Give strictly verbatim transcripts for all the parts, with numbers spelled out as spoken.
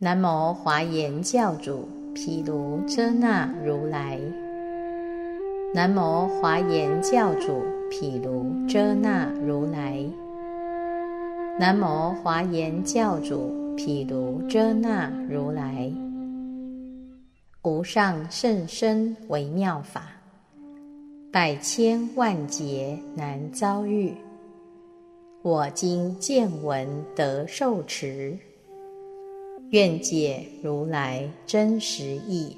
南无华严教主毗卢遮那如来。南无华严教主毗卢遮那如来。南无华严教主毗卢遮那如来。无上甚深微妙法，百千万劫难遭遇。我今见闻得受持，愿解如来真实义。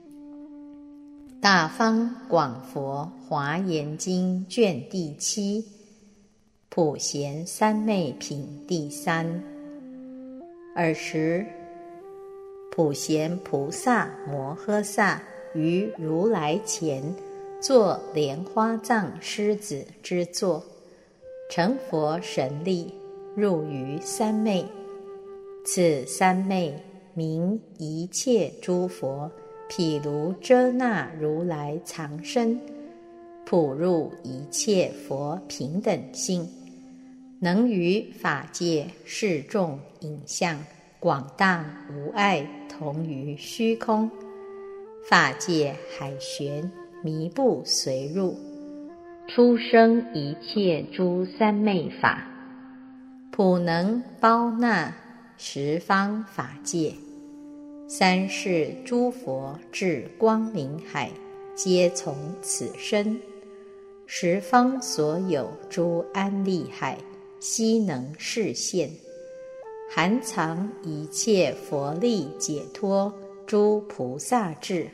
大方广佛华严经卷第七，普贤三昧品第三。尔时，普贤菩萨摩诃萨于如来前作莲花藏狮子之座，成佛神力，入于三昧。此三昧名一切诸佛毗卢遮那如来藏身，普入一切佛平等性，能于法界示众影像，广大无碍，同于虚空。法界海玄，迷不随入，出生一切诸三昧法，普能包纳十方法界。三世诸佛至光明海，皆从此生。十方所有诸安立海，悉能示现，含藏一切佛力解脱诸菩萨智，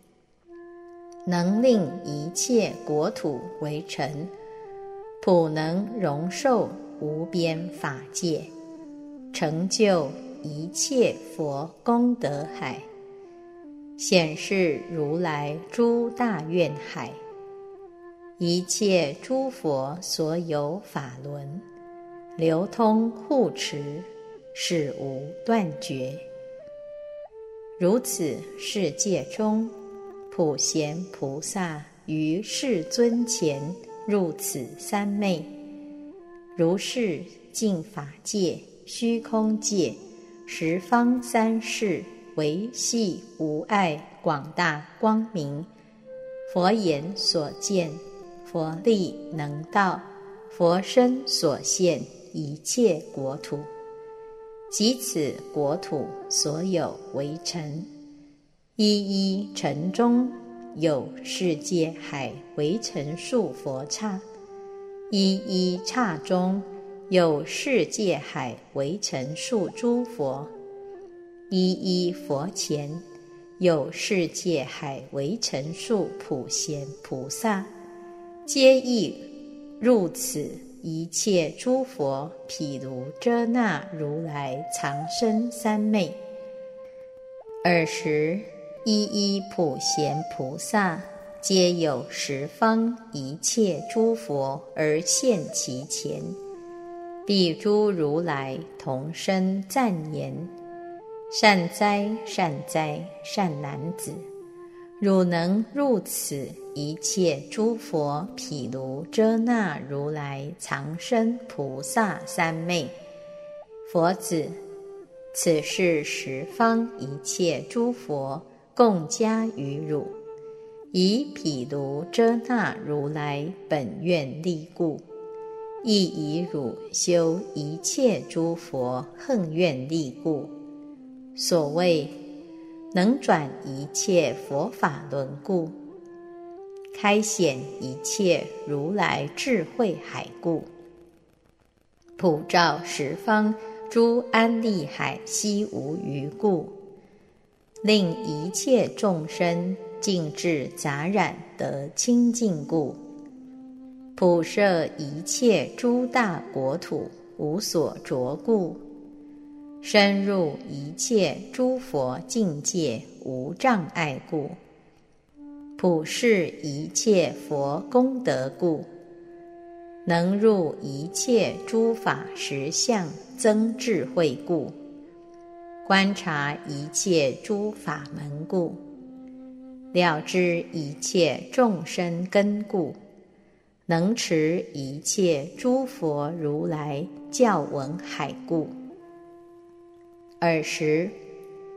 能令一切国土为城，普能容受无边法界，成就一切佛功德海，显示如来诸大愿海。一切诸佛所有法轮，流通护持，始无断绝。如此世界中，普贤菩萨于世尊前入此三昧，如是净法界、虚空界、十方三世，维系无碍，广大光明。佛眼所见，佛力能到，佛身所现一切国土，即此国土所有为城，一一城中有世界海为城数佛刹，一一刹中有世界海为城数诸佛，一一佛前有世界海为城数普贤菩萨，皆亦入此一切诸佛毗卢遮那如来藏身三昧。尔时，一一普贤菩萨皆有十方一切诸佛而现其前，彼诸如来同声赞言：善哉善哉善男子，汝能入此一切诸佛毗卢遮那如来藏身菩萨三昧。佛子，此是十方一切诸佛共加于汝，以毗卢遮那如来本愿力故，亦以汝修一切诸佛横愿力故。所谓能转一切佛法轮故，开显一切如来智慧海故，普照十方诸安立海悉无余故，令一切众生尽至杂染得清净故，普摄一切诸大国土无所着故，深入一切诸佛境界无障碍故，普示一切佛功德故，能入一切诸法实相增智慧故，观察一切诸法门故，了知一切众生根故，能持一切诸佛如来教闻海故。尔时，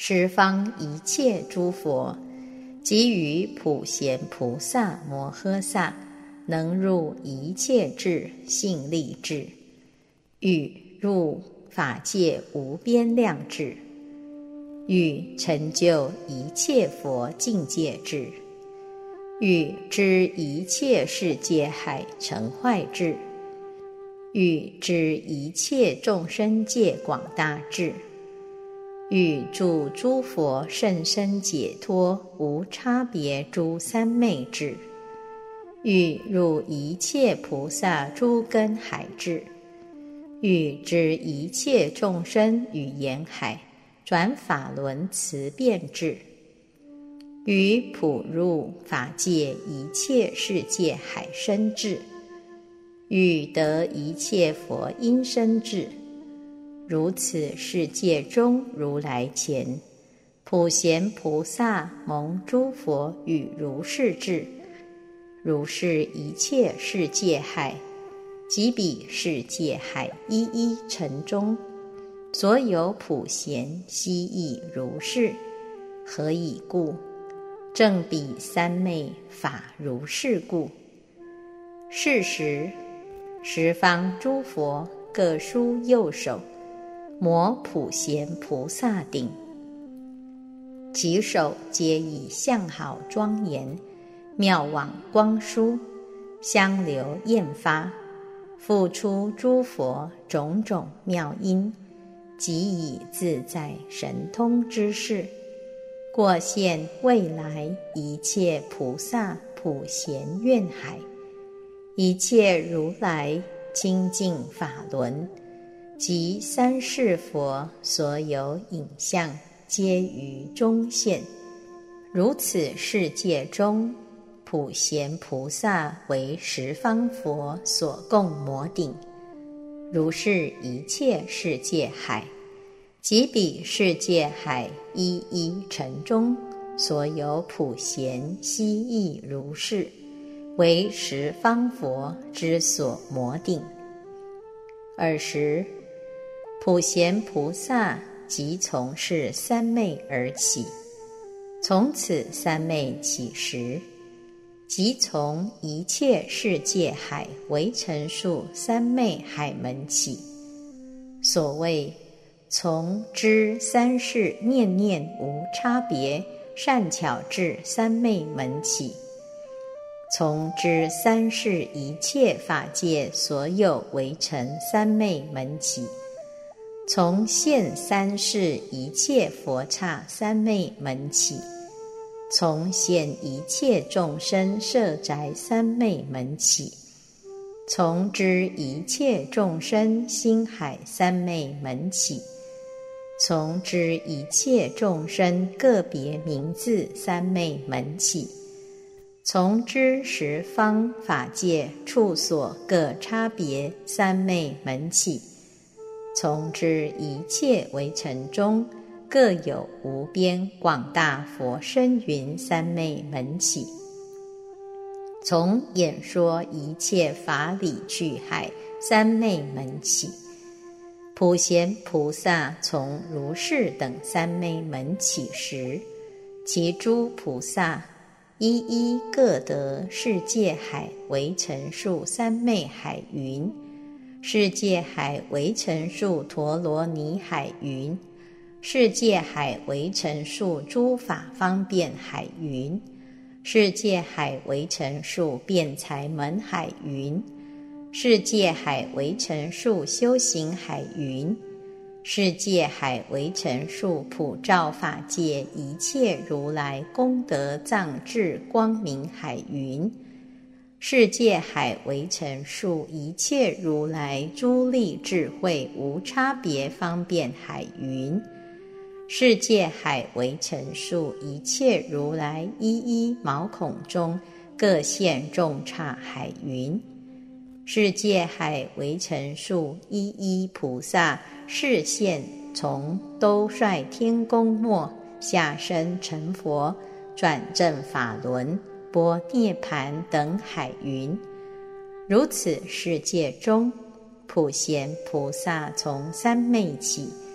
十方一切诸佛，及于普贤菩萨摩诃萨，能入一切智性力智，欲入法界无边量智，欲成就一切佛境界智，欲知一切世界海成坏智，欲知一切众生界广大智，欲助诸佛甚深解脱无差别诸三昧智，欲入一切菩萨诸根海智，欲知一切众生语言海转法轮慈辩智，于普入法界一切世界海深智，欲得一切佛音声智。如此世界中如来前，普贤菩萨蒙诸佛与如是智，如是一切世界海，即彼世界海一一城中，所有普贤悉亦如是。何以故？正彼三昧法如是故。是时，十方诸佛各抒右手，摩普贤菩萨顶，其手皆以相好庄严，妙网光殊，香流焰发，复出诸佛种种妙音，即以自在神通之事，过现未来一切菩萨普贤愿海，一切如来清净法轮，及三世佛所有影像，皆于中现。如此世界中，普贤菩萨为十方佛所供摩顶，如是一切世界海，即彼世界海一一城中，所有普贤悉亦如是，为十方佛之所摩顶。尔时，普贤菩萨即从是三昧而起，从此三昧起时，即从一切世界海为陈述三昧海门起。所谓从知三世念念无差别善巧智三昧门起，从知三世一切法界所有为成三昧门起，从现三世一切佛刹三昧门起，从现一切众生舍宅三昧门起，从知一切众生心海三昧门起，从知一切众生个别名字三昧门起，从知十方法界处所各差别三昧门起，从知一切微尘中各有无边广大佛身云三昧门起，从演说一切法理趣海三昧门起。普贤菩萨从如是等三昧门起时，其诸菩萨一一各得世界海为陈述三昧海云，世界海为陈述陀罗尼海云，世界海为陈述诸法方便海云，世界海为陈述辩才门海云，世界海为陈述修行海云，世界海为陈述普照法界一切如来功德藏智光明海云，世界海为陈述一切如来诸力智慧无差别方便海云，世界海为陈述一切如来一一毛孔中各现众刹海云，世界海为陈述一一菩萨示现从兜率天宫末下生成佛转正法轮般涅盘等海云。如此世界中，普贤菩萨从三昧起，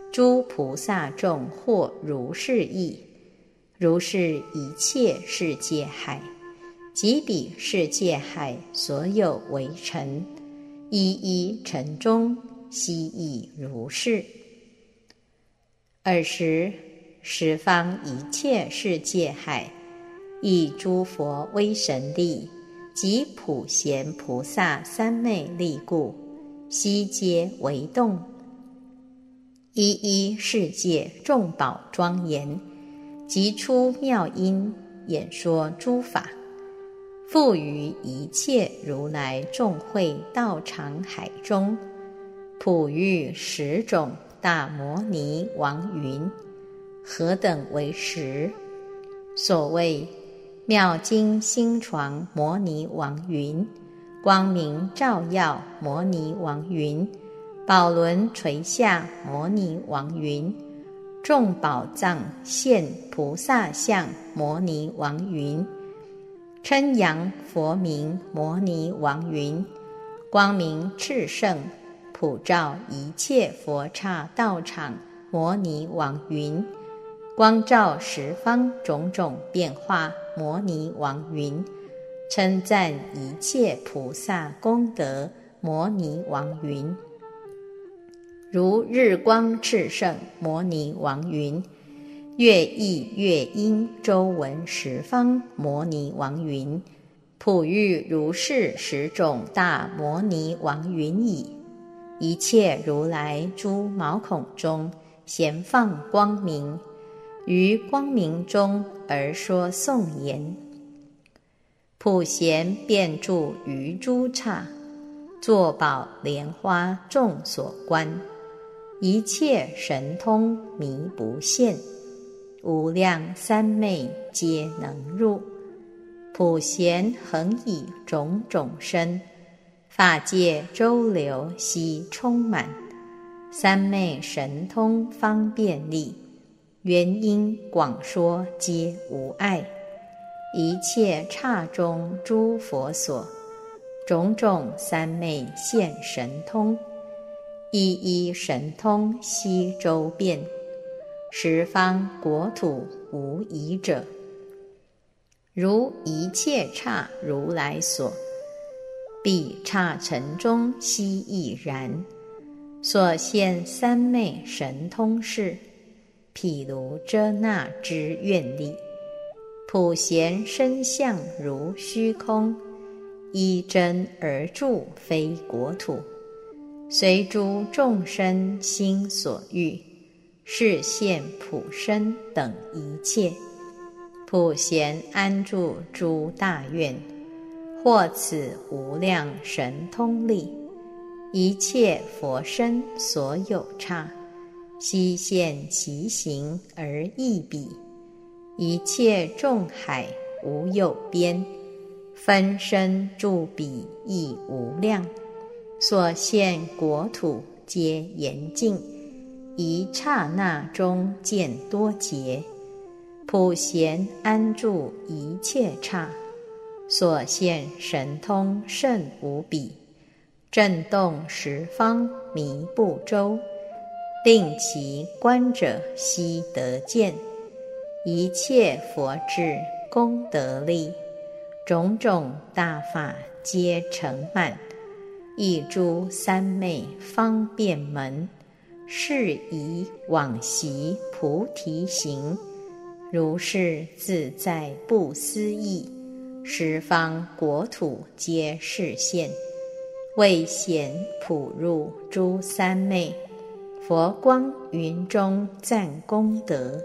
诸菩萨众或如是意。如是一切世界海，即彼世界海所有为尘，一一尘中悉亦如是。尔时，十方一切世界海，以诸佛威神力及普贤菩萨三昧力故，悉皆为动。一一世界众宝庄严，即出妙音，演说诸法，复于一切如来众会道场海中，普喻十种大摩尼王云。何等为十？所谓妙金星床摩尼王云，光明照耀摩尼王云，宝轮垂下摩尼王云，众宝藏现菩萨相摩尼王云，称扬佛名摩尼王云，光明炽盛普照一切佛刹道场摩尼王云，光照十方种种变化摩尼王云，称赞一切菩萨功德摩尼王云，如日光炽盛摩尼王云，月异月音周闻十方摩尼王云，普喻如是十种大摩尼王云矣。一切如来诸毛孔中咸放光明，于光明中而说颂言。普贤遍住于诸刹，坐宝莲花众所观，一切神通迷不现，无量三昧皆能入。普贤恒以种种身，法界周流悉充满，三昧神通方便力，原因广说皆无碍。一切刹中诸佛所，种种三昧现神通，一一神通悉周遍，十方国土无疑者。如一切刹如来所，彼刹尘中悉亦然。所现三昧神通事，譬如遮那之愿力。普贤身相如虚空，依真而住非国土，随诸众生心所欲，示现普身等一切。普贤安住诸大愿，获此无量神通力，一切佛身所有刹，悉现其形而异彼。一切众海无有边，分身住彼亦无量。所现国土皆严净，一刹那中见多劫。普贤安住一切刹，所现神通甚无比，震动十方弥不周，令其观者悉得见。一切佛智功德力，种种大法皆成满，一诸三昧方便门，是以往昔菩提行，如是自在不思议，十方国土皆示现，为显普入诸三昧，佛光云中赞功德。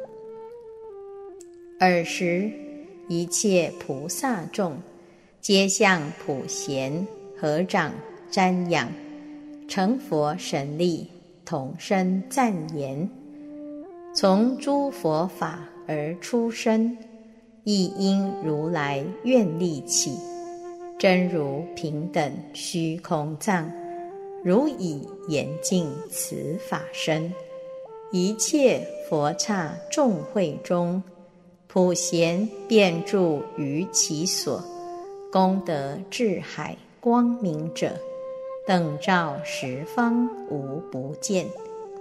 尔时，一切菩萨众皆向普贤合掌瞻仰，成佛神力，同声赞言：从诸佛法而出生，亦因如来愿力起，真如平等虚空藏，如以严净此法身。一切佛刹众会中，普贤遍住于其所，功德智海光明者，等照十方无不见。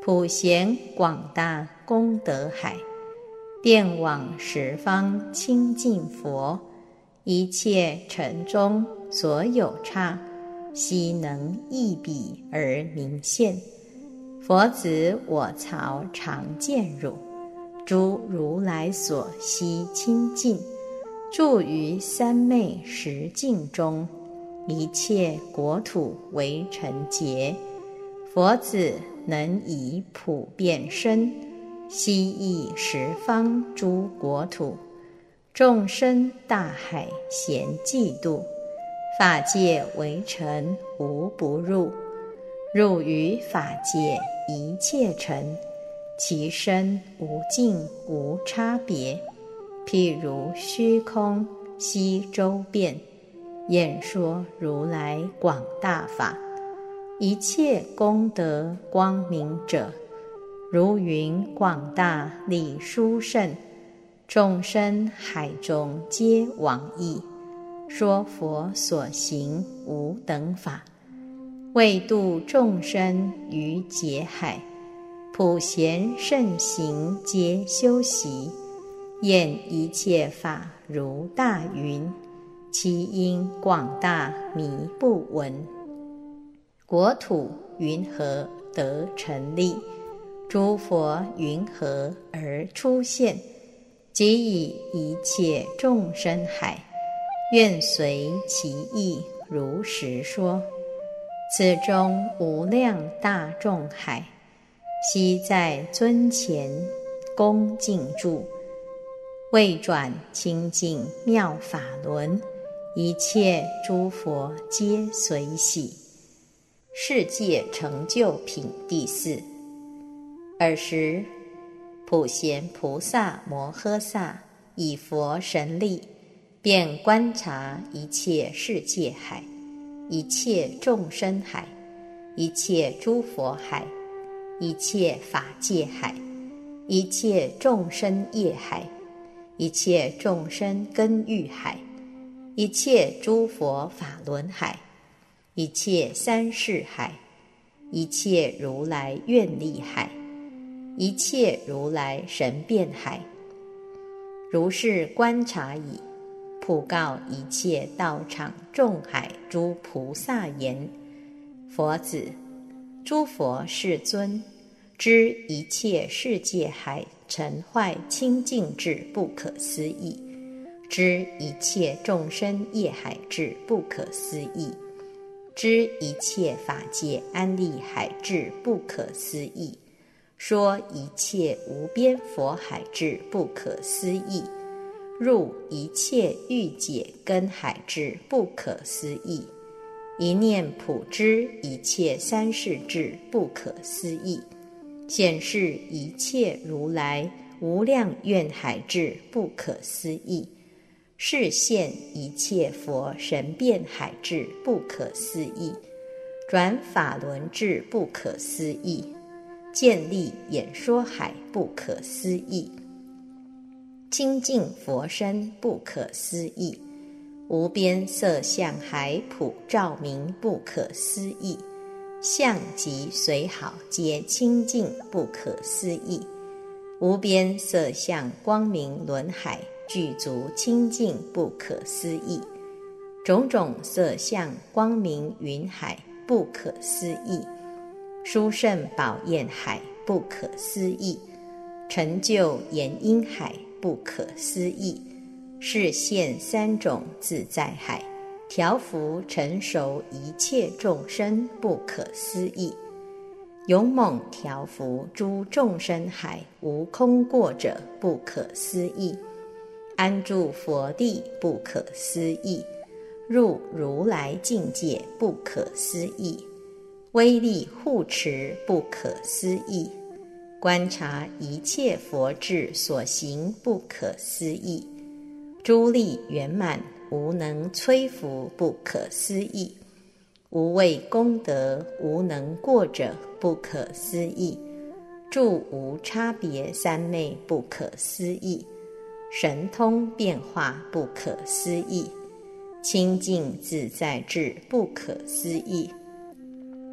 普贤广大功德海，遍往十方清净佛，一切尘中所有刹，悉能一笔而明现。佛子我曹常见汝，诸如来所悉清净，住于三昧十境中，一切国土为尘劫。佛子能以普遍身，悉益十方诸国土，众生大海咸嫉妒，法界为尘无不入。入于法界一切尘，其身无尽无差别，譬如虚空悉周遍，演说如来广大法。一切功德光明者，如云广大力殊胜，众生海中皆往诣，说佛所行无等法，为度众生于劫海，普贤圣行皆修习，演一切法如大云，其因广大弥不闻。国土云何得成立？诸佛云何而出现？即以一切众生海，愿随其意如实说。此中无量大众海，悉在尊前恭敬住，为转清净妙法轮，一切诸佛皆随喜。世界成就品第四。尔时，普贤菩萨摩诃萨以佛神力，便观察一切世界海，一切众生海，一切诸佛海，一切法界海，一切众生业海，一切众生根欲海，一切诸佛法轮海，一切三世海，一切如来愿力海，一切如来神变海。如是观察已，普告一切道场众海诸菩萨言：佛子，诸佛世尊，知一切世界海尘坏清净智不可思议，知一切众生业海智不可思议，知一切法界安立海智不可思议，说一切无边佛海智不可思议，入一切欲解根海智不可思议，一念普知一切三世智不可思议，显示一切如来无量愿海智不可思议，示现一切佛神变海智不可思议，转法轮智不可思议，建立演说海不可思议，清净佛身不可思议，无边色相海普照明不可思议，相及随好皆清净不可思议，无边色相光明轮海具足清净不可思议，种种色相光明云海不可思议，殊胜宝焰海不可思议，成就言音海不可思议，示现三种自在海，调伏成熟一切众生不可思议，勇猛调伏诸众生海无空过者不可思议，安住佛地不可思议，入如来境界不可思议，威力护持不可思议，观察一切佛智所行不可思议，诸力圆满无能摧伏不可思议，无畏功德无能过者不可思议，住无差别三昧不可思议，神通变化不可思议，清净自在智不可思议，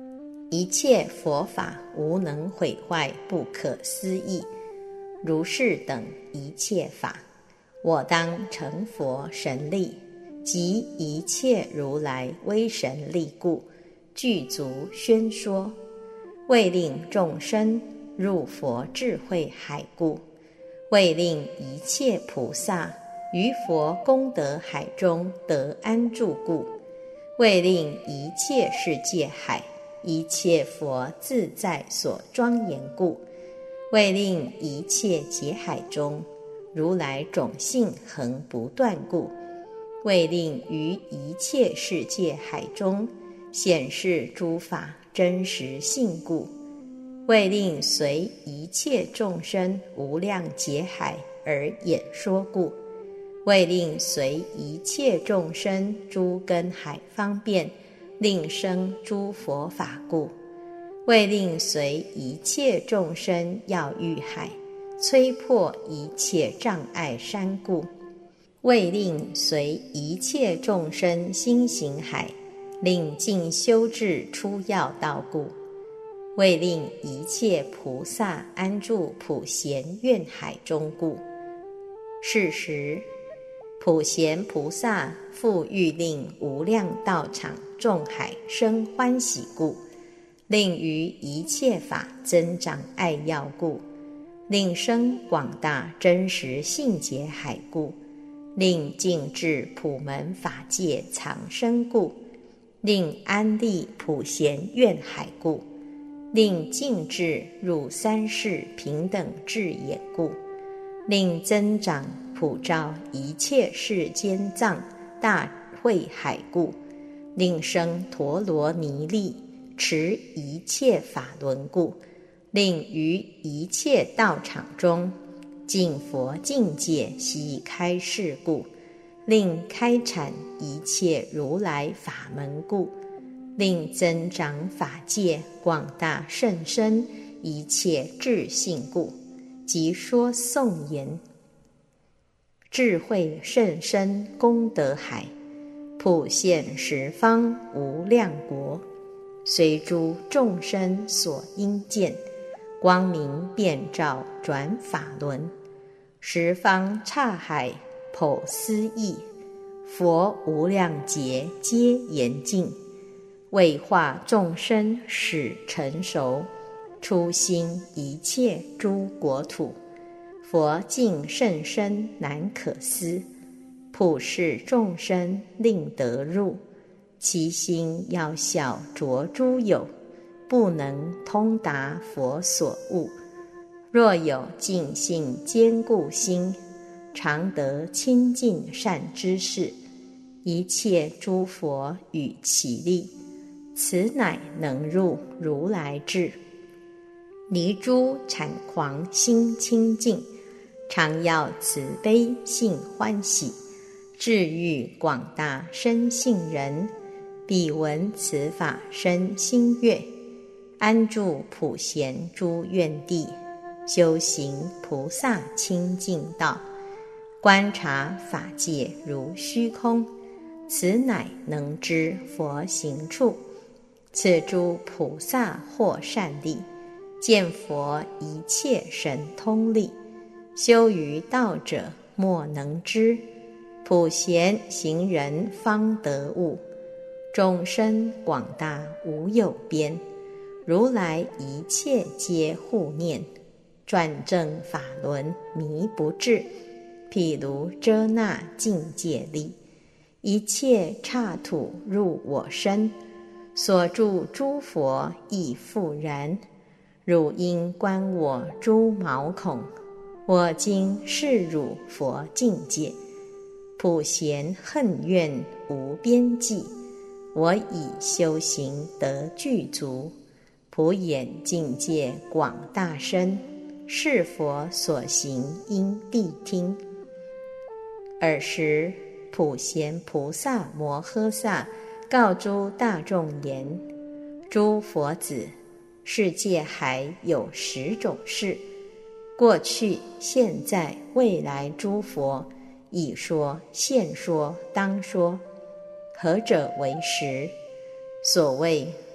一切佛法无能毁坏，不可思议。如是等一切法，我当成佛神力，及一切如来威神力故，具足宣说，为令众生入佛智慧海故，为令一切菩萨于佛功德海中得安住故，为令一切世界海一切佛自在所庄严故，为令一切劫海中如来种性恒不断故，为令于一切世界海中显示诸法真实性故，为令随一切众生无量劫海而演说故，为令随一切众生诸根海方便令生诸佛法故，为令随一切众生要欲海摧破一切障碍山故，为令随一切众生心行海令尽修治出要道故，为令一切菩萨安住普贤愿海中故。是时普贤菩萨复欲令无量道场众海生欢喜故，令于一切法增长爱要故，令生广大真实性劫海故，令尽至普门法界藏身故，令安立普贤愿海故，令尽至入三世平等智眼故，令增长普照一切世间藏大慧海故，令生陀罗尼力持一切法轮故，令于一切道场中尽佛境界悉开示故，令开阐一切如来法门故，令增长法界广大甚深一切智性故，即说颂言：智慧甚深功德海，普现十方无量国，随诸众生所应见，光明遍照转法轮，十方刹海剖思议，佛无量劫皆严净，为化众生使成熟，出心一切诸国土，佛境甚深难可思，普世众生令得入，其心要小着诸有，不能通达佛所悟。若有净性坚固心，常得清净善知识，一切诸佛与其力，此乃能入如来智。离诸谄狂心清净，常要慈悲性欢喜，智欲广大生信人，彼闻此法生心悦，安住普贤诸愿地，修行菩萨清净道，观察法界如虚空，此乃能知佛行处。此诸菩萨获善利，见佛一切神通力，修于道者莫能知，普贤行人方得悟。众生广大无有边，如来一切皆护念，转正法轮迷不至，譬如遮那境界力，一切刹土入我身，所住诸佛亦复然。汝应观我诸毛孔，我今示汝佛境界，普贤恨怨无边际，我以修行得具足，普眼境界广大深，是佛所行应谛听。尔时普贤菩萨摩诃萨告诸大众言：诸佛子，世界还有十种事，过去现在未来诸佛已说现说当说，何者为实？所谓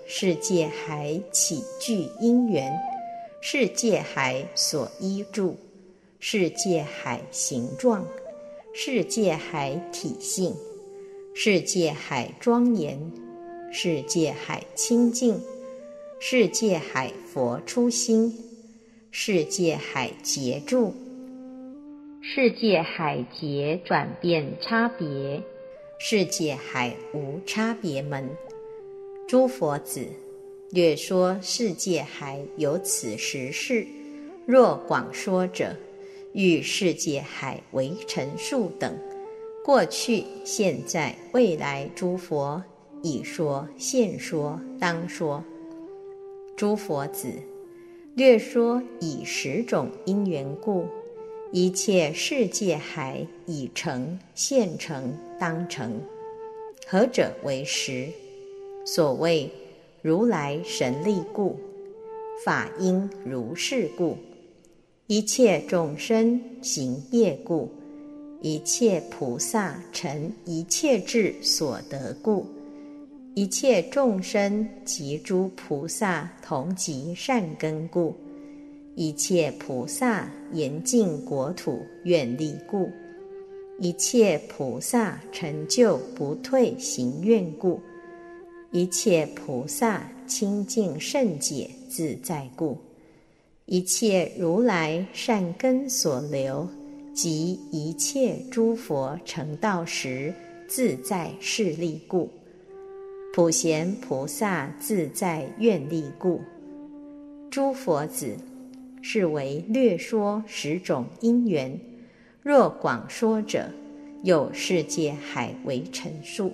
是界海起具因缘，是界海所依住，是界海形状，是界海体性，是界海庄严，是界海清净，是界海佛出心，是界海结住，是界海结转变差别，是界海无差别门。诸佛子，略说世界海有此实事，若广说者，欲世界海为陈述等，过去现在未来诸佛已说现说当说。诸佛子，略说以十种因缘故，一切世界海已成现成当成。何者为实？所谓如来神力故，法应如是故，一切众生行业故，一切菩萨成一切智所得故，一切众生及诸菩萨同集善根故，一切菩萨严净国土愿力故，一切菩萨成就不退行愿故，一切菩萨清净圣解自在故，一切如来善根所留，及一切诸佛成道时自在势力故，普贤菩萨自在愿力故。诸佛子，是为略说十种因缘，若广说者，有世界海为陈述。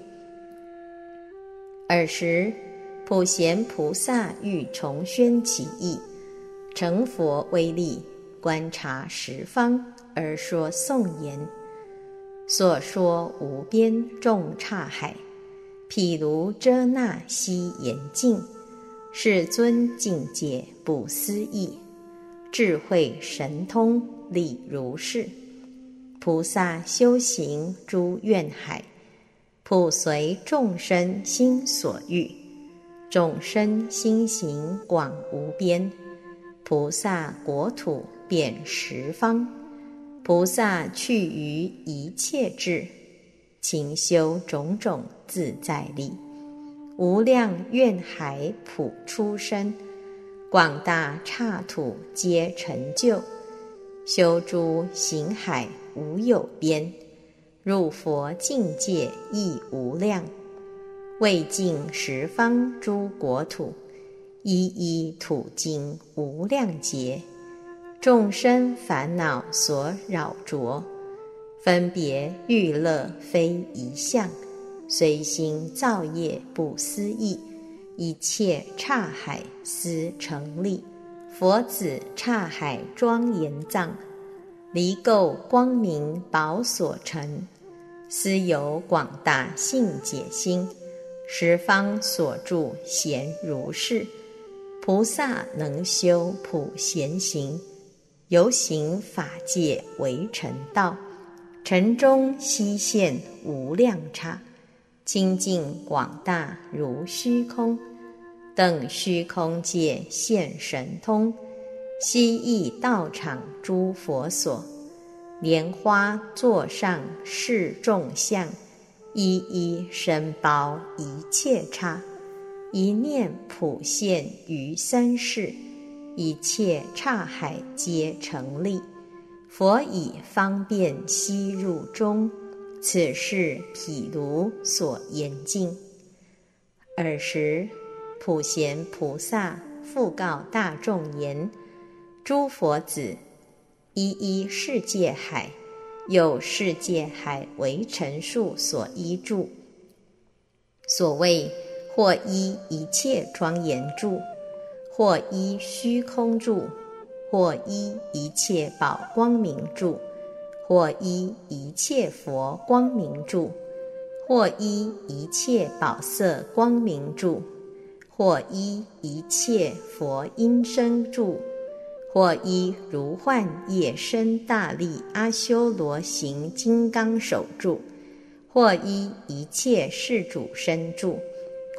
尔时普贤菩萨欲重宣其意，成佛威力，观察十方而说颂言：所说无边众刹海，譬如遮那悉严净，世尊境界不思议，智慧神通力如是。菩萨修行诸愿海，普随众生心所欲，众生心行广无边，菩萨国土遍十方，菩萨去于一切智，勤修种种自在力，无量愿海普出生，广大刹土皆成就，修诸行海无有边，入佛境界亦无量，未尽十方诸国土，一一土经无量劫，众生烦恼所扰着，分别欲乐非一相，随心造业不思议，一切刹海思成立。佛子刹海庄严藏，离垢光明宝所成，思有广大性解心，十方所住贤如是。菩萨能修普贤行，游行法界为成道，城中悉现无量刹，清净广大如虚空，等虚空界现神通，悉诣道场诸佛所，莲花座上示众相，一一身包一切刹，一念普现于三世，一切刹海皆成立。佛以方便悉入中，此事譬如所言尽。尔时普贤菩萨复告大众言：诸佛子，一一世界海，有世界海为陈述所依住。所谓或依一切庄严住，或依虚空住，或依一切宝光明住，或依一切佛光明住，或依一切宝色光明住，或依一切佛音声住，或依如幻业身大力阿修罗行金刚手住，或依一切世主身住，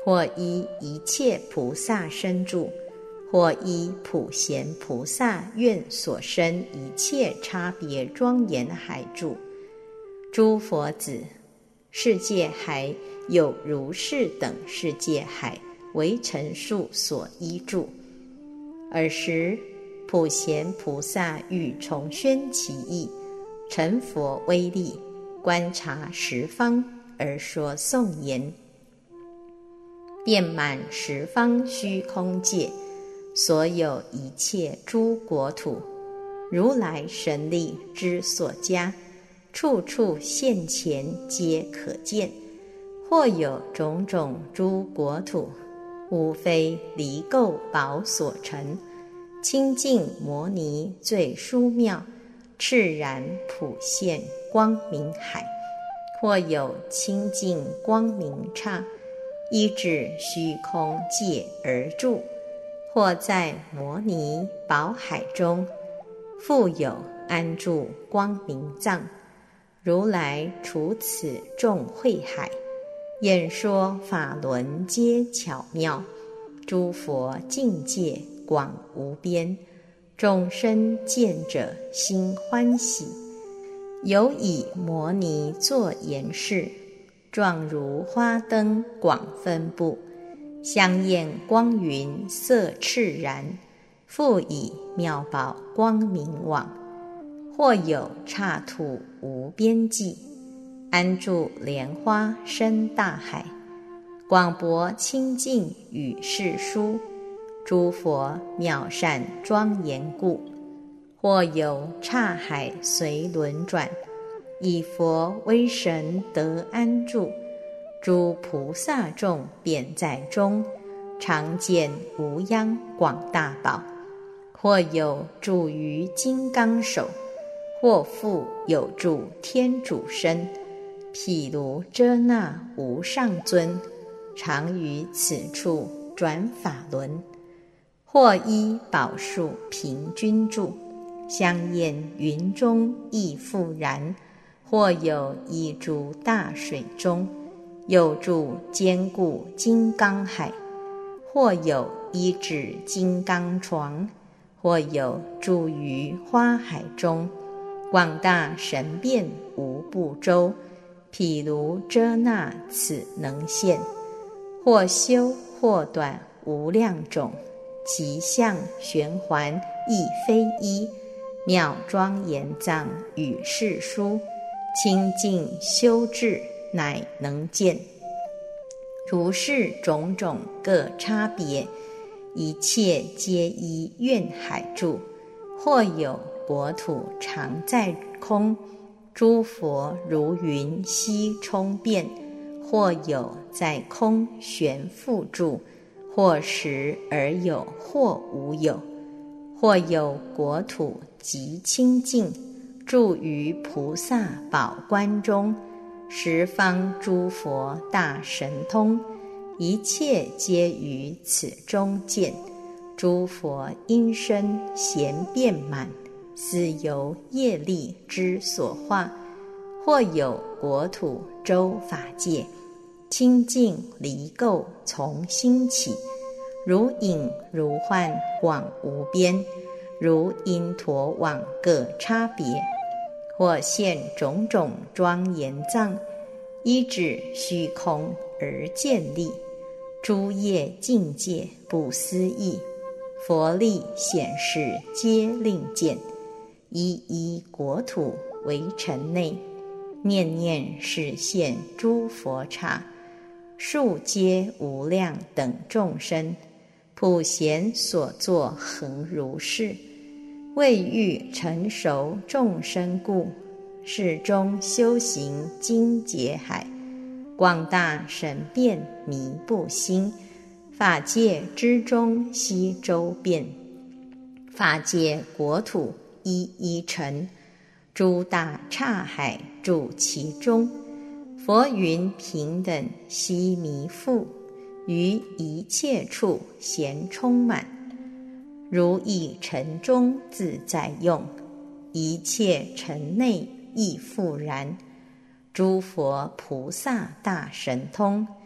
或依一切菩萨身住，或依普贤菩萨愿所生一切差别庄严海住。诸佛子，世界海有如是等世界海为陈述所依住。尔时普贤菩萨欲重宣其义，成佛威力，观察十方而说颂言：遍满十方虚空界，所有一切诸国土，如来神力之所加，处处现前皆可见。或有种种诸国土，无非离垢宝所成，清净摩尼最殊妙，赤然普现光明海。或有清净光明刹，依止虚空界而住。或在摩尼宝海中，复有安住光明藏。如来处此众慧海，演说法轮皆巧妙，诸佛境界广无边，众生见者心欢喜。有以摩尼作言饰，状如花灯广分布，香焰光云色赤然，复以妙宝光明网。或有刹土无边际，安住莲花生大海，广博清净与世殊，诸佛妙善庄严故。或有刹海随轮转，以佛威神得安住，诸菩萨众便在中，常见无央广大宝。或有住于金刚手，或复有住天主身，毗卢遮那无上尊，常于此处转法轮。或依宝树平均住，香焰云中亦复然。或有依住大水中，有住坚固金刚海。或有依止金刚床，或有住于花海中，广大神变无不周，毗卢遮那此能现。或修或短无量种，其相玄环亦非一，妙庄严藏与世殊，清净修治乃能见。如是种种各差别，一切皆依愿海住。或有国土常在空，诸佛如云悉充遍。或有在空悬复住，或实而有，或无有。或有国土极清净，住于菩萨宝观中，十方诸佛大神通，一切皆于此中见。诸佛音声咸遍满，斯由业力之所化。或有国土周法界，清净离垢从心起，如影如幻广无边，如因陀网各差别。或现种种庄严藏，依止虚空而建立，诸业境界不思议，佛力显示皆令见。一一国土为尘内，念念示现诸佛刹，数皆无量等众生，普贤所作恒如是。为欲成熟众生故，是中修行精劫海，广大神变迷不兴，法界之中悉周遍。法界国土一一成，诸大刹海住其中。佛云平等悉弥覆，于一切处咸充满。如意城中自在用，一切城内亦复然。诸佛菩萨大神通，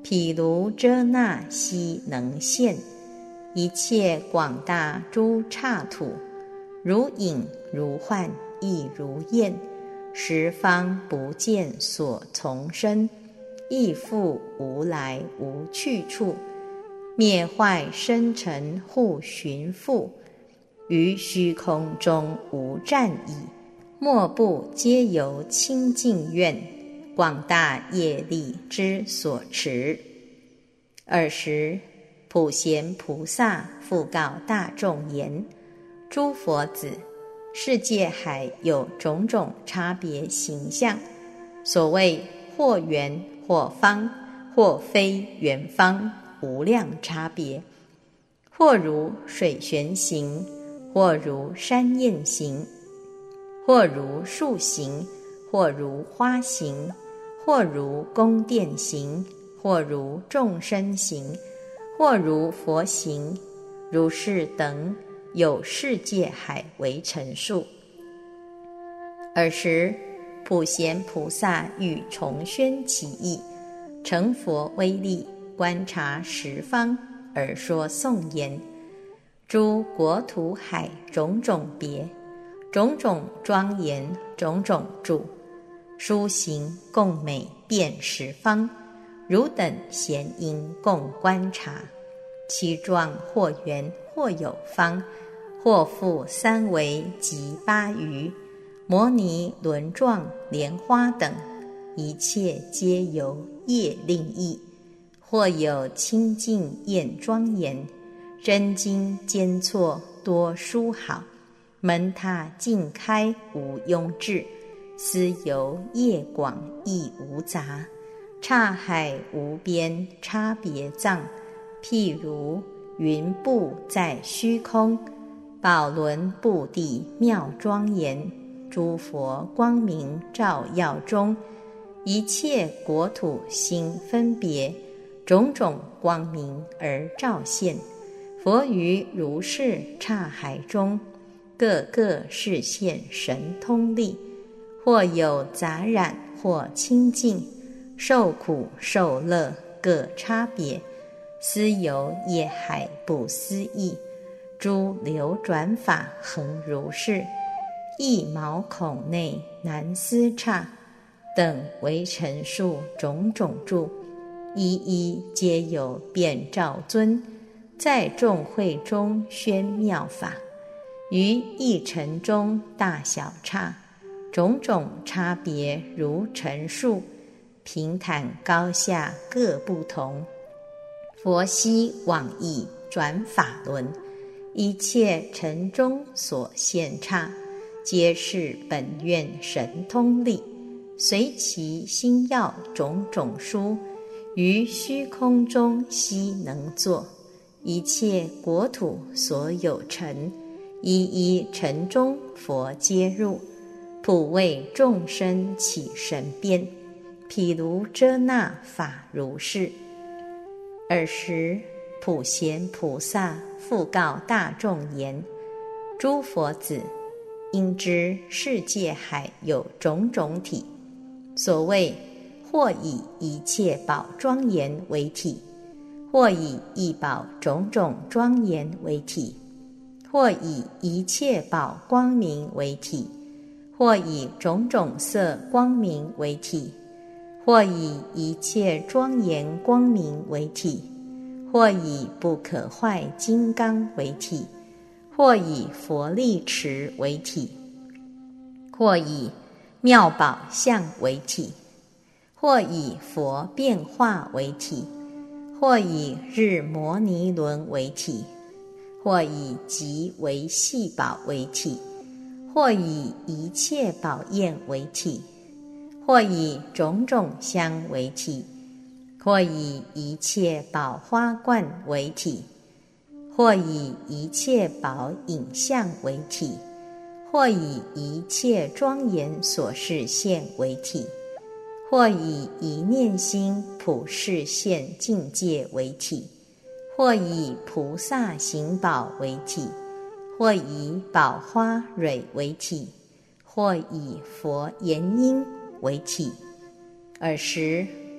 毗卢遮那悉能现，一切广大诸刹土，如影如幻亦如焰，十方不见所从生，亦复无来无去处，灭坏生尘互寻复，于虚空中无占矣。莫不皆由清净愿，广大业力之所持。尔时普贤菩萨复告大众言：诸佛子，世界海有种种差别形象，所谓或圆或方，或非圆方，无量差别。或如水旋形，或如山焰形，或如树形，或如花形，或如宫殿形，或如众生形，或如佛形，如是等有世界海为陈述。尔时普贤菩萨欲重宣其意，成佛威力，观察十方，而说颂言：诸国土海种种别，种种庄严，种种住，殊行共美遍十方，汝等贤应共观察。其状或圆或有方，或复三维及八余，摩尼轮状莲花等，一切皆由业令意。或有清净艳庄严，真经坚错多殊好，门塔尽开无庸置，斯由业广亦无杂，刹海无边差别藏，譬如云布在虚空，宝轮布地妙庄严，诸佛光明照耀中，一切国土心分别，种种光明而照现。佛于如是刹海中，各个示现神通力，或有杂染，或清净，受苦受乐各差别，斯由业海不思议。诸流转法恒如是，一毛孔内难思刹，等为陈述种种住，一一皆有遍照尊，在众会中宣妙法，于一尘中大小刹，种种差别如陈述，平坦高下各不同。佛悉往诣转法轮，一切尘中所现刹，皆是本愿神通力，随其心要种种殊，于虚空中悉能作。一切国土所有尘，一一尘中佛皆入，普为众生起神变，毗卢遮那法如是。尔时普贤菩萨复告大众言：诸佛子，应知世界海有种种体，所谓或以一切宝庄严为体，或以一宝种种庄严为体，或以一切宝光明为体，或以种种色光明为体，或以一切庄严光明为体，或以不可坏金刚为体，或以佛力持为体，或以妙宝相为体，或以佛变化为体，或以日摩尼轮为体，或以极为细宝为体，或以一切宝焰为体，或以种种香为体，或以一切宝花冠为体，或以一切宝影像为体，或以一切庄严所示现为体，或以一念心普示现境界为体，或以菩萨行宝为体，或以宝花蕊为体，或以佛言音为体。尔时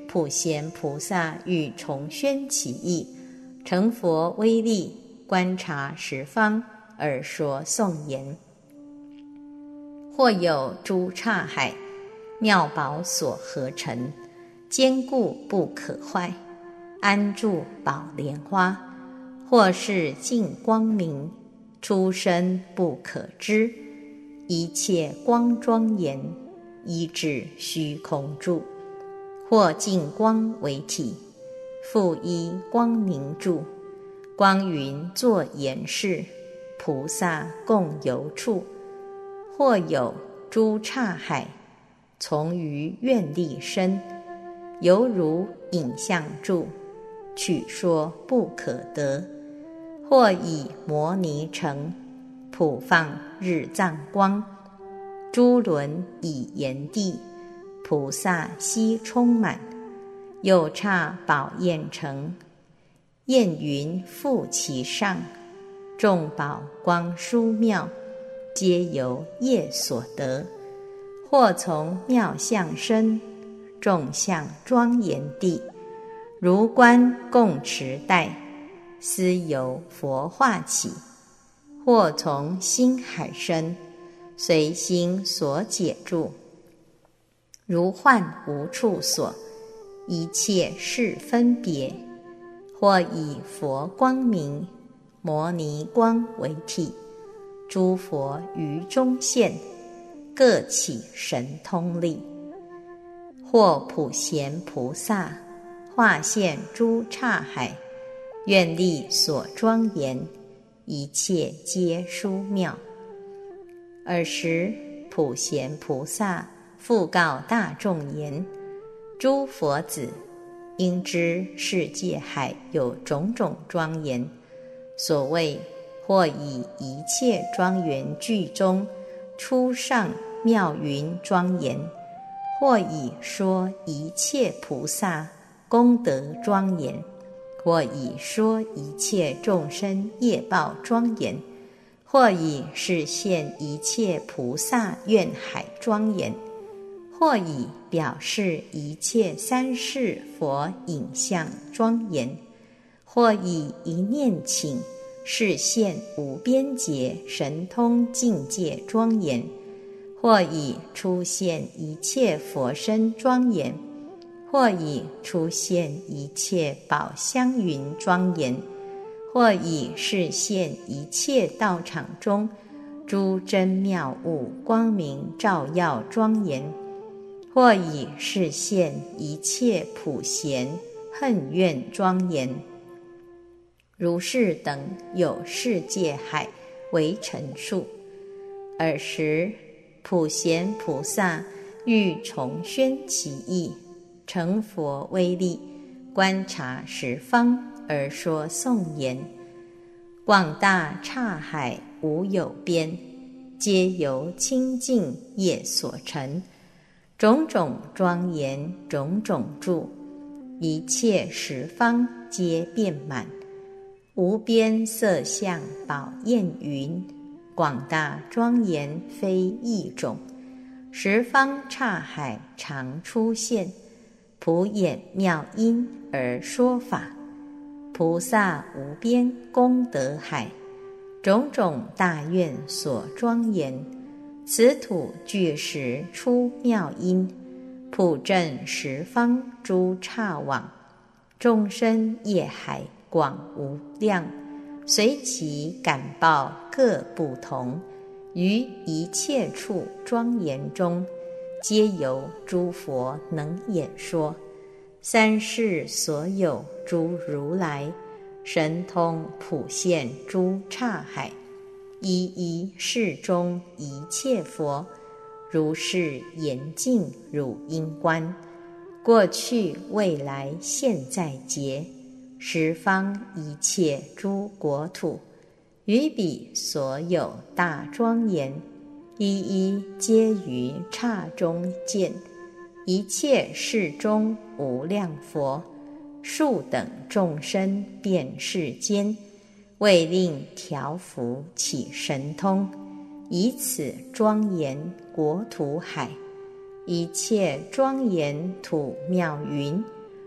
普贤菩萨欲重宣其意，成佛威力，观察十方而说颂言：或有诸刹海，妙宝所合成，坚固不可坏，安住宝莲花。或是净光明，出身不可知，一切光庄严，依止虚空住。或净光为体，复依光明住，光云作言示，菩萨共游处。或有诸刹海，从于愿力身，犹如影像住，取说不可得。或以摩尼城，普放日藏光，诸轮以炎地，菩萨悉充满。又刹宝焰城，焰云覆其上，众宝光殊妙，皆由业所得。或从妙相身，众相庄严地，如观供持带，斯由佛化起。或从心海身，随心所解住，如幻无处所，一切是分别。或以佛光明，摩尼光为体，诸佛于中现，各起神通力。或普贤菩萨，化现诸刹海，愿力所庄严，一切皆殊妙。尔时普贤菩萨复告大众言：诸佛子，应知世界海有种种庄严，所谓或以一切庄严具中出上妙云庄严，或以说一切菩萨功德庄严，或以说一切众生业报庄严，或以示现一切菩萨愿海庄严，或以表示一切三世佛影像庄严，或以一念请示现无边劫神通境界庄严，或以出现一切佛身庄严，或以出现一切宝香云庄严，或以示现一切道场中诸真妙物光明照耀庄严，或以示现一切普贤恨愿庄严。如是等有世界海为陈述。尔时普贤菩萨欲重宣其意，成佛威力，观察十方而说颂言：广大刹海无有边，皆由清净业所成，种种庄严，种种住，一切十方皆遍满。无边色相宝焰云，广大庄严非一种，十方刹海常出现，普演妙音而说法。菩萨无边功德海，种种大愿所庄严，此土具实出妙音，普振十方诸刹网，众生业海广无量，随其感报各不同，于一切处庄严中，皆由诸佛能演说。三世所有诸如来，神通普现诸刹海，一一世中一切佛，如是严净汝应观。过去未来现在劫，十方一切诸国土，于彼所有大庄严，一一皆于刹中见。一切世中无量佛，数等众生遍世间，为令调伏起神通，以此庄严国土海，一切庄严土妙云，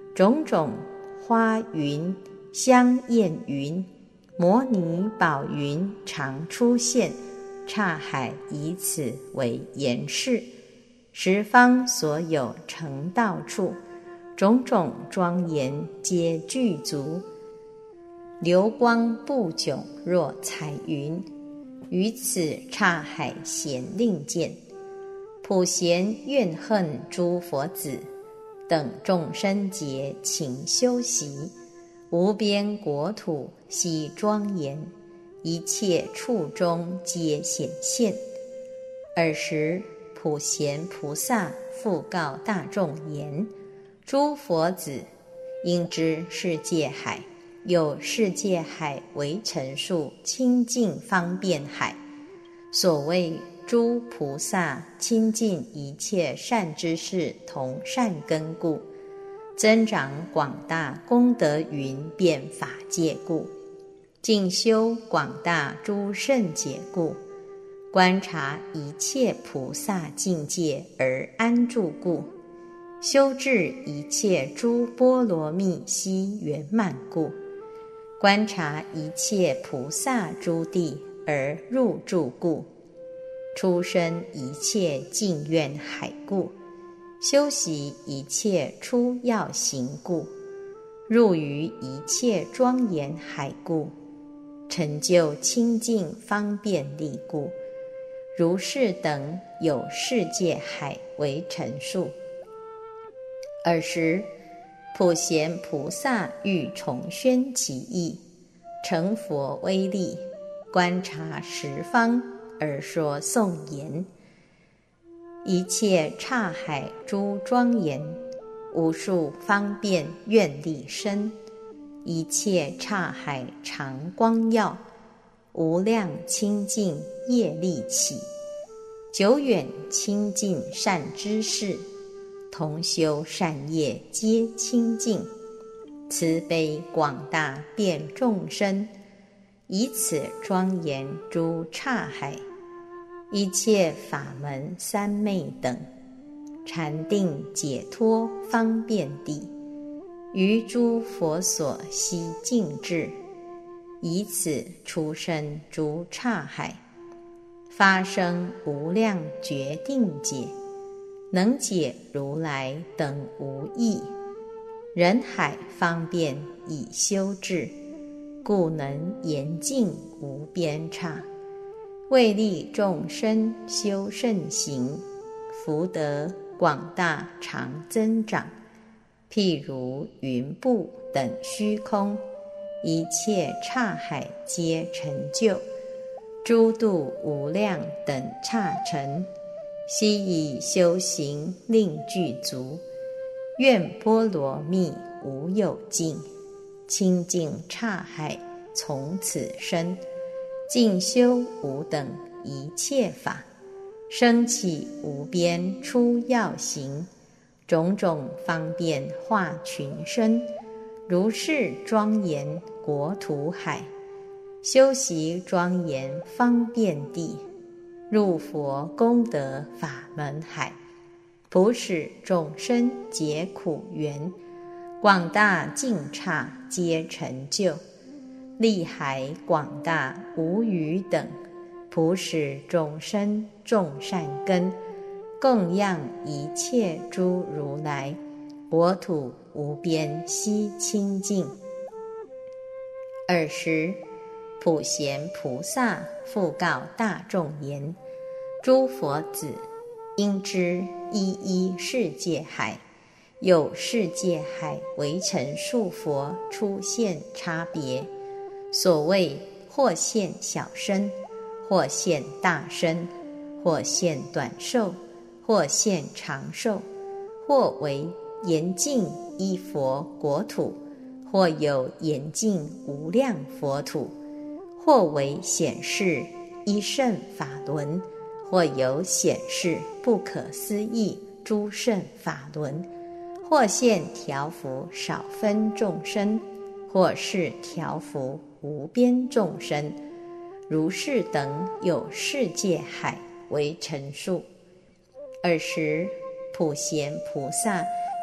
种种花云、香焰云、摩尼宝云常出现，刹海以此为言示。十方所有成道处，种种庄严皆具足，流光不迥若彩云，于此刹海咸令见。普贤愿恨诸佛子，等众生劫勤修习，无边国土悉庄严，一切处中皆显现。尔时普贤菩萨复告大众言：诸佛子，应知世界海有世界海为陈述清净方便海。所谓诸菩萨亲近一切善知识同善根故，增长广大功德云遍法界故，进修广大诸圣解故，观察一切菩萨境界而安住故，修治一切诸波罗蜜悉圆满故，观察一切菩萨诸地而入住故，出生一切净愿海故，修习一切出要行故，入于一切庄严海故，成就清净方便力故，如是等有世界海为陈述。尔时普贤菩萨欲重宣其意，成佛威力，观察十方而说颂言：一切刹海诸庄严，无数方便愿力身，一切刹海常光耀，无量清净业力起，久远清净善知识，同修善业皆清净，慈悲广大遍众生，以此庄严诸刹海，一切法门三昧等，禅定解脱方便地，于诸佛所悉净智，以此出生诸刹海，发生无量决定解，能解如来等无异。人海方便以修治，故能严净无边刹，为利众生修圣行，福德广大常增长。譬如云布等虚空，一切刹海皆成就，诸度无量等刹尘，悉以修行令具足，愿波罗蜜无有尽，清净刹海从此生，进修无等一切法，生起无边出要行，种种方便化群生，如是庄严国土海，修习庄严方便地，入佛功德法门海，普使众生解苦缘，广大净刹皆成就，利海广大无余等，普使众生种善根，供养一切诸如来，国土无边悉清净。尔时普贤菩萨复告大众言：诸佛子，应知一一世界海，有世界海为陈述佛出现差别。所谓或现小身，或现大身，或现短寿，或现长寿，或为严净一佛国土，或有严净无量佛土，或为显示一圣法轮，或有显示不可思议诸圣法轮，或现调伏少分众生，或是调伏无边众生，如是等有世界海为陈述。尔时普贤菩萨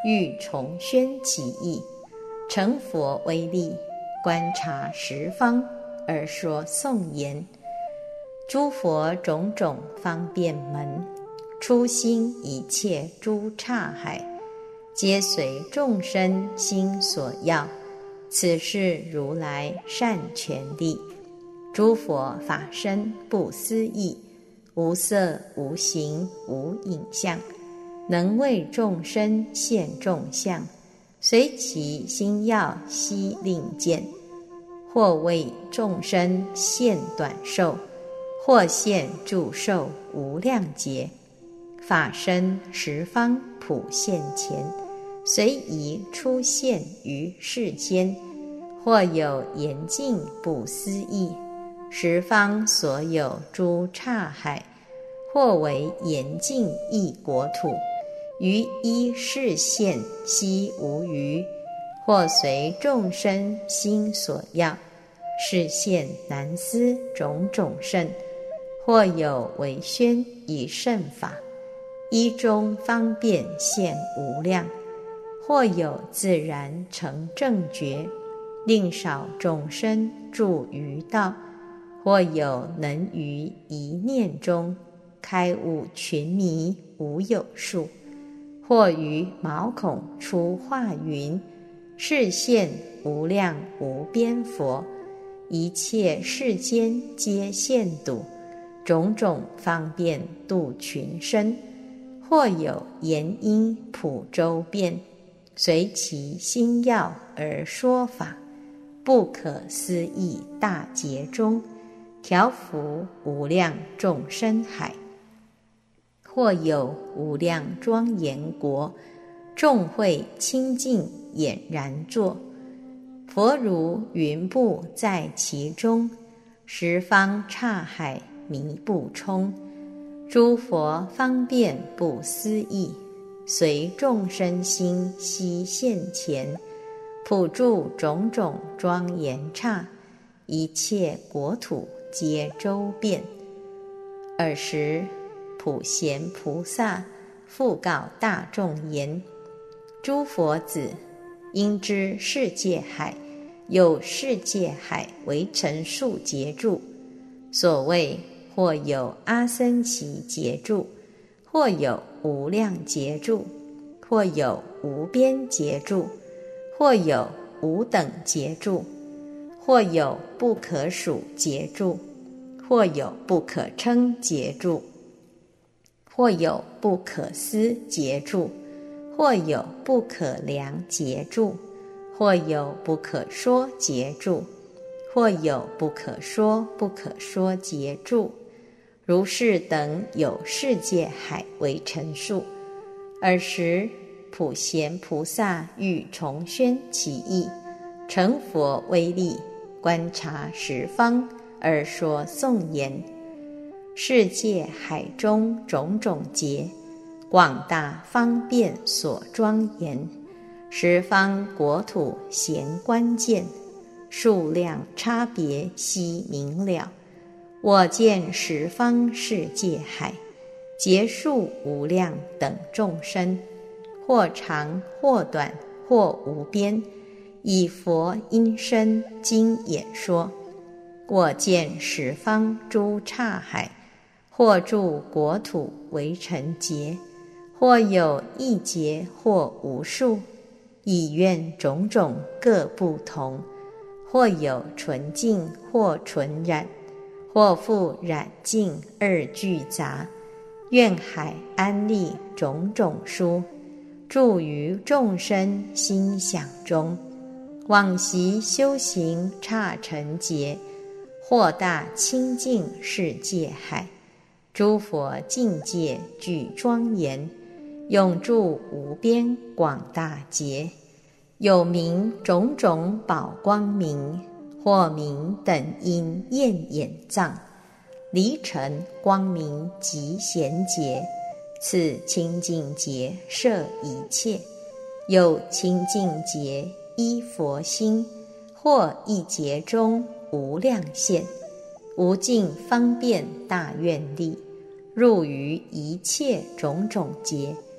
欲重宣其意，成佛威力，观察十方而说颂言：诸佛种种方便门，出心一切诸刹海，皆随众生心所要，此是如来善权力。诸佛法身不思议，无色无形无影像，能为众生现众相，随其心要悉令见，或为众生现短寿，或现住寿无量劫，法身十方普现前，随宜出现于世间，或有严禁不思议，十方所有诸刹海，或为严禁一国土，于一世现悉无余，或随众生心所要，示现难思种种圣，或有为宣以圣法，一中方便现无量，或有自然成正觉，令少众生住于道，或有能于一念中开悟群迷无有数，或于毛孔出化云，示现无量无边佛，一切世间皆现度，种种方便度群生，或有言音普周遍，随其心要而说法，不可思议大劫中，调伏无量众生海。或有无量庄严国，众会清净俨然坐，佛如云布在其中，十方刹海迷不充，诸佛方便不思议，随众生心悉现前，普住种种庄严刹，一切国土皆周遍。尔时普贤菩萨复告大众言：诸佛子，应知世界海有世界海为成数劫住，所谓或有阿僧祇劫住，或有无量劫住，或有无边劫住，或有无等劫住，或有不可数劫住，或有不可称劫住，或有不可思劫住，或有不可量劫住，或有不可说劫住，或有不可说不可说劫住，如是等有世界海为成数。尔时普贤菩萨欲重宣其意，成佛威力，观察十方而说颂言：世界海中种种劫，广大方便所庄严，十方国土咸关键，数量差别悉明了。我见十方世界海，劫数无量等众生，或长或短或无边，以佛音声经演说。我见十方诸刹海，或住国土为成劫，或有一劫或无数，以愿种种各不同，或有纯净或纯染，或复染净二俱杂，愿海安立种种殊，住于众生心想中，往习修行刹尘劫，或大清净世界海，诸佛境界具庄严，永住无边广大劫，有名种种宝光明，或名等因焰眼藏，离尘光明极贤劫，此清净劫摄一切，有清净劫依佛心，或一劫中无量现，无尽方便大愿力，入于一切种种劫，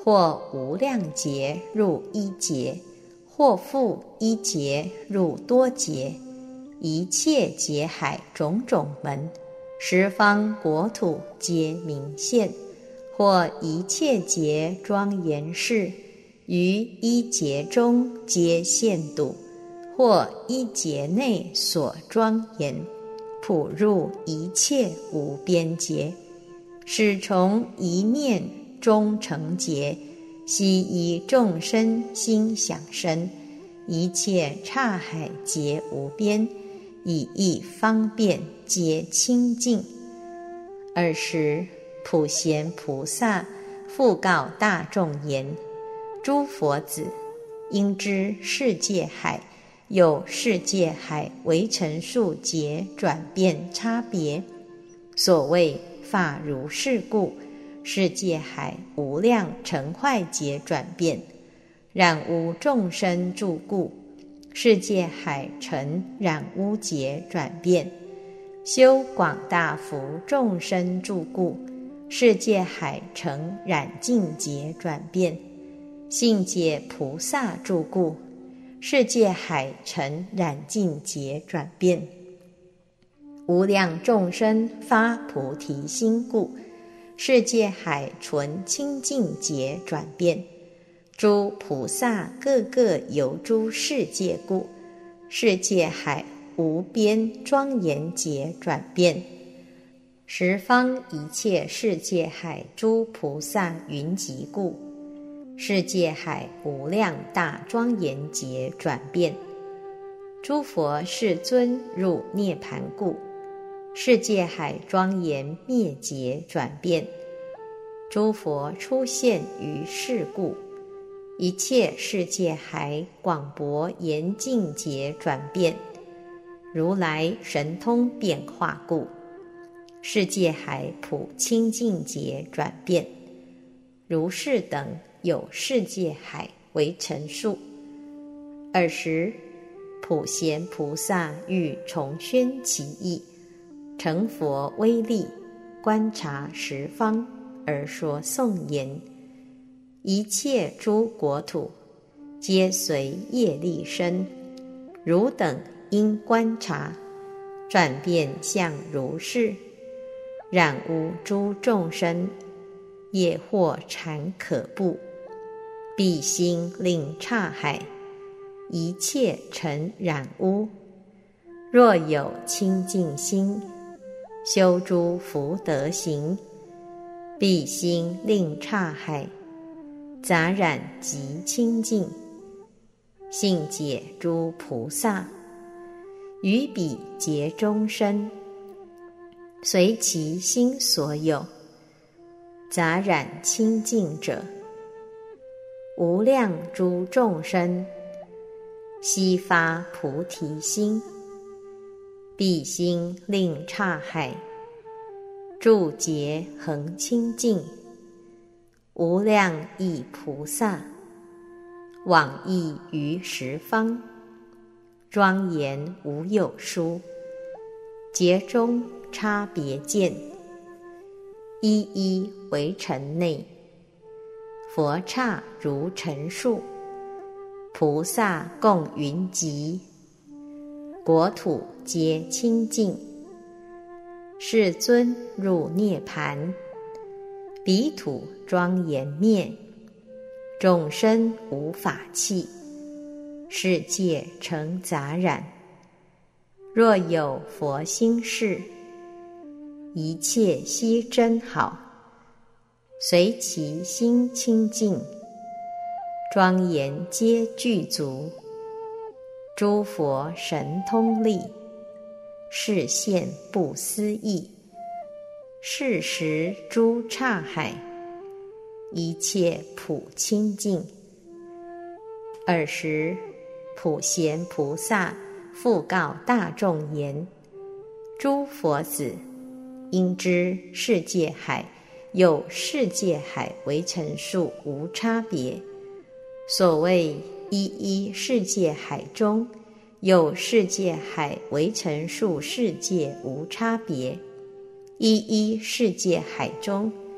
或无量劫入一劫，或复一劫入多劫，一切劫海种种门，十方国土皆明现，或一切劫庄严事，于一劫中皆现睹，或一劫内所庄严，普入一切无边劫，始从一念终成劫，悉依众生心想生，一切刹海皆无边，以一方便皆清净。尔时普贤菩萨复告大众言：诸佛子，应知世界海有世界海为成数劫转变差别，所谓法如是故，世界海无量成坏劫转变，染污众生住故，世界海成染污劫转变，修广大福众生住故，世界海成染净劫转变，信解菩萨住故，世界海成染净劫转变，无量众生发菩提心故，世界海纯清净劫转变，诸菩萨个个游诸世界故，世界海无边庄严劫转变，十方一切世界海诸菩萨云集故，世界海无量大庄严劫转变，诸佛世尊入涅盘故，世界海庄严灭劫转变，诸佛出现于世故，一切世界海广博严净劫转变，如来神通变化故，世界海普清净劫转变，如是等有世界海为成数。尔时普贤菩萨欲重宣其意，成佛威力，观察十方，而说颂言：一切诸国土，皆随业力生，汝等应观察，转变相如是，染污诸众生，业惑缠可怖，彼心令刹海，一切尘染污。若有清净心，修诸福德行，彼心令刹海，杂染极清净。信解诸菩萨，于彼劫中生，随其心所有，杂染清净者，无量诸众生，悉发菩提心，彼心令刹海，住劫恒清净。无量亿菩萨，往诣于十方，庄严无有殊，劫中差别见，一一为尘内，佛刹如尘数，菩萨共云集，国土皆清净。世尊入涅盘，彼土庄严灭，众生无法器，世界成杂染。若有佛心事，一切悉真好，随其心清净，庄严皆具足。诸佛神通力，示现不思议。是时诸刹海，一切普清净。尔时普贤菩萨复告大众言：诸佛子，应知世界海有世界海为成数无差别，所谓一一世界海中，有世界海为成数世界无差别，一一世界海中，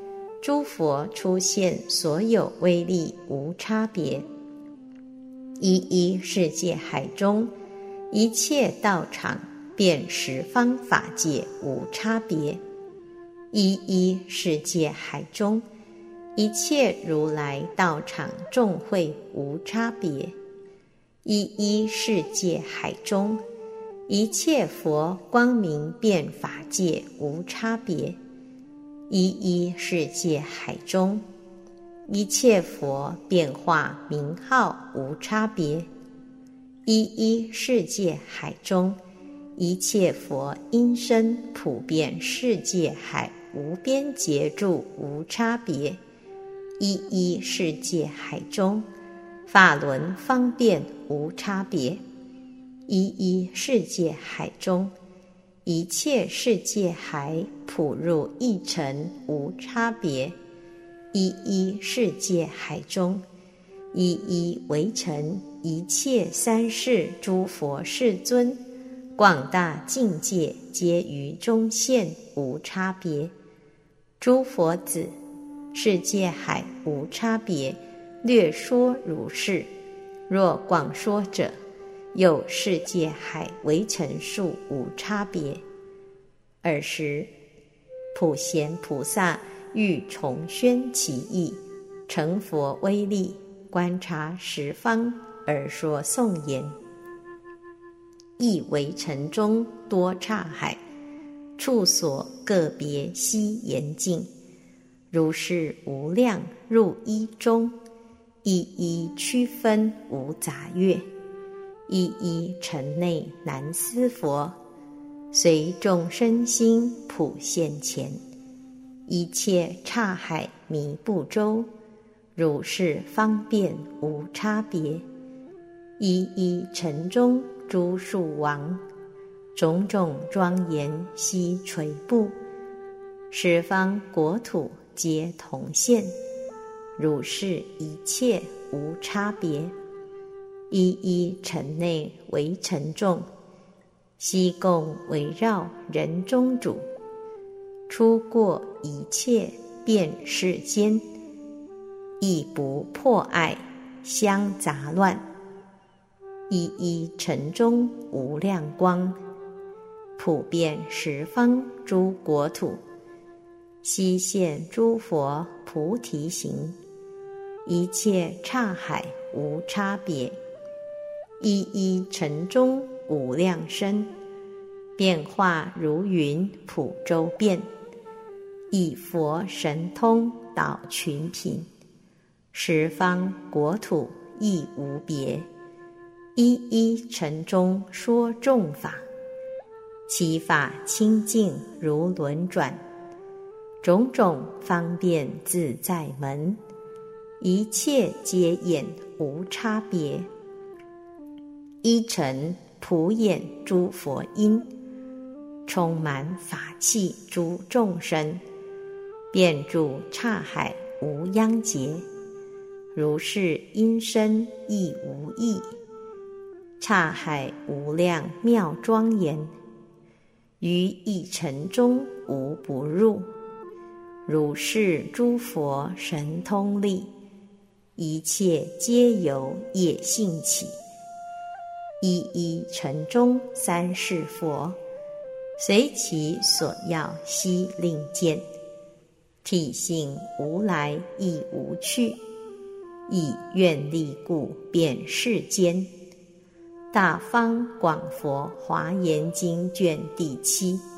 诸佛出现所有威力无差别。一一世界海中，一切道场遍十方法界无差别。一一世界海中，一切如来道场众会无差别。一一世界海中，一切佛光明遍法界无差别。一一世界海中，一切佛变化名号无差别。一一世界海中，一切佛音声普遍世界海无边劫住无差别。一一世界海中，法轮方便无差别。一一世界海中，一切世界海普入一尘无差别。一一世界海中，一一为尘一切三世诸佛世尊，广大境界皆于中现无差别。诸佛子，世界海无差别，略说如是。若广说者，有世界海为尘数无差别。尔时，普贤菩萨欲重宣其义，成佛威力，观察十方，而说颂言：亦为尘中多刹海，处所个别悉严净，如是无量入一中，一一区分无杂越，一一尘内难思佛，随众生心普现前，一切刹海迷不周，如是方便无差别。一一尘中诸树王，种种庄严悉垂布，十方国土皆同现，如是一切无差别。一一尘内为尘众，悉共围绕人中主，出过一切遍世间，亦不破碍相杂乱。一一尘中无量光，普遍十方诸国土，悉现诸佛菩提行，一切刹海无差别。一一尘中无量身，变化如云普周遍，以佛神通导群品，十方国土亦无别。一一尘中说众法，其法清净如轮转，种种方便自在门，一切皆演无差别。一尘普演诸佛音，充满法器诸众生，遍住刹海无央劫，如是音声亦无异，刹海无量妙庄严，于一尘中无不入，如是诸佛神通力，一切皆由业性起。一一尘中三世佛，随其所要悉令见，体性无来亦无去，以愿力故遍世间。大方广佛华严经卷第七。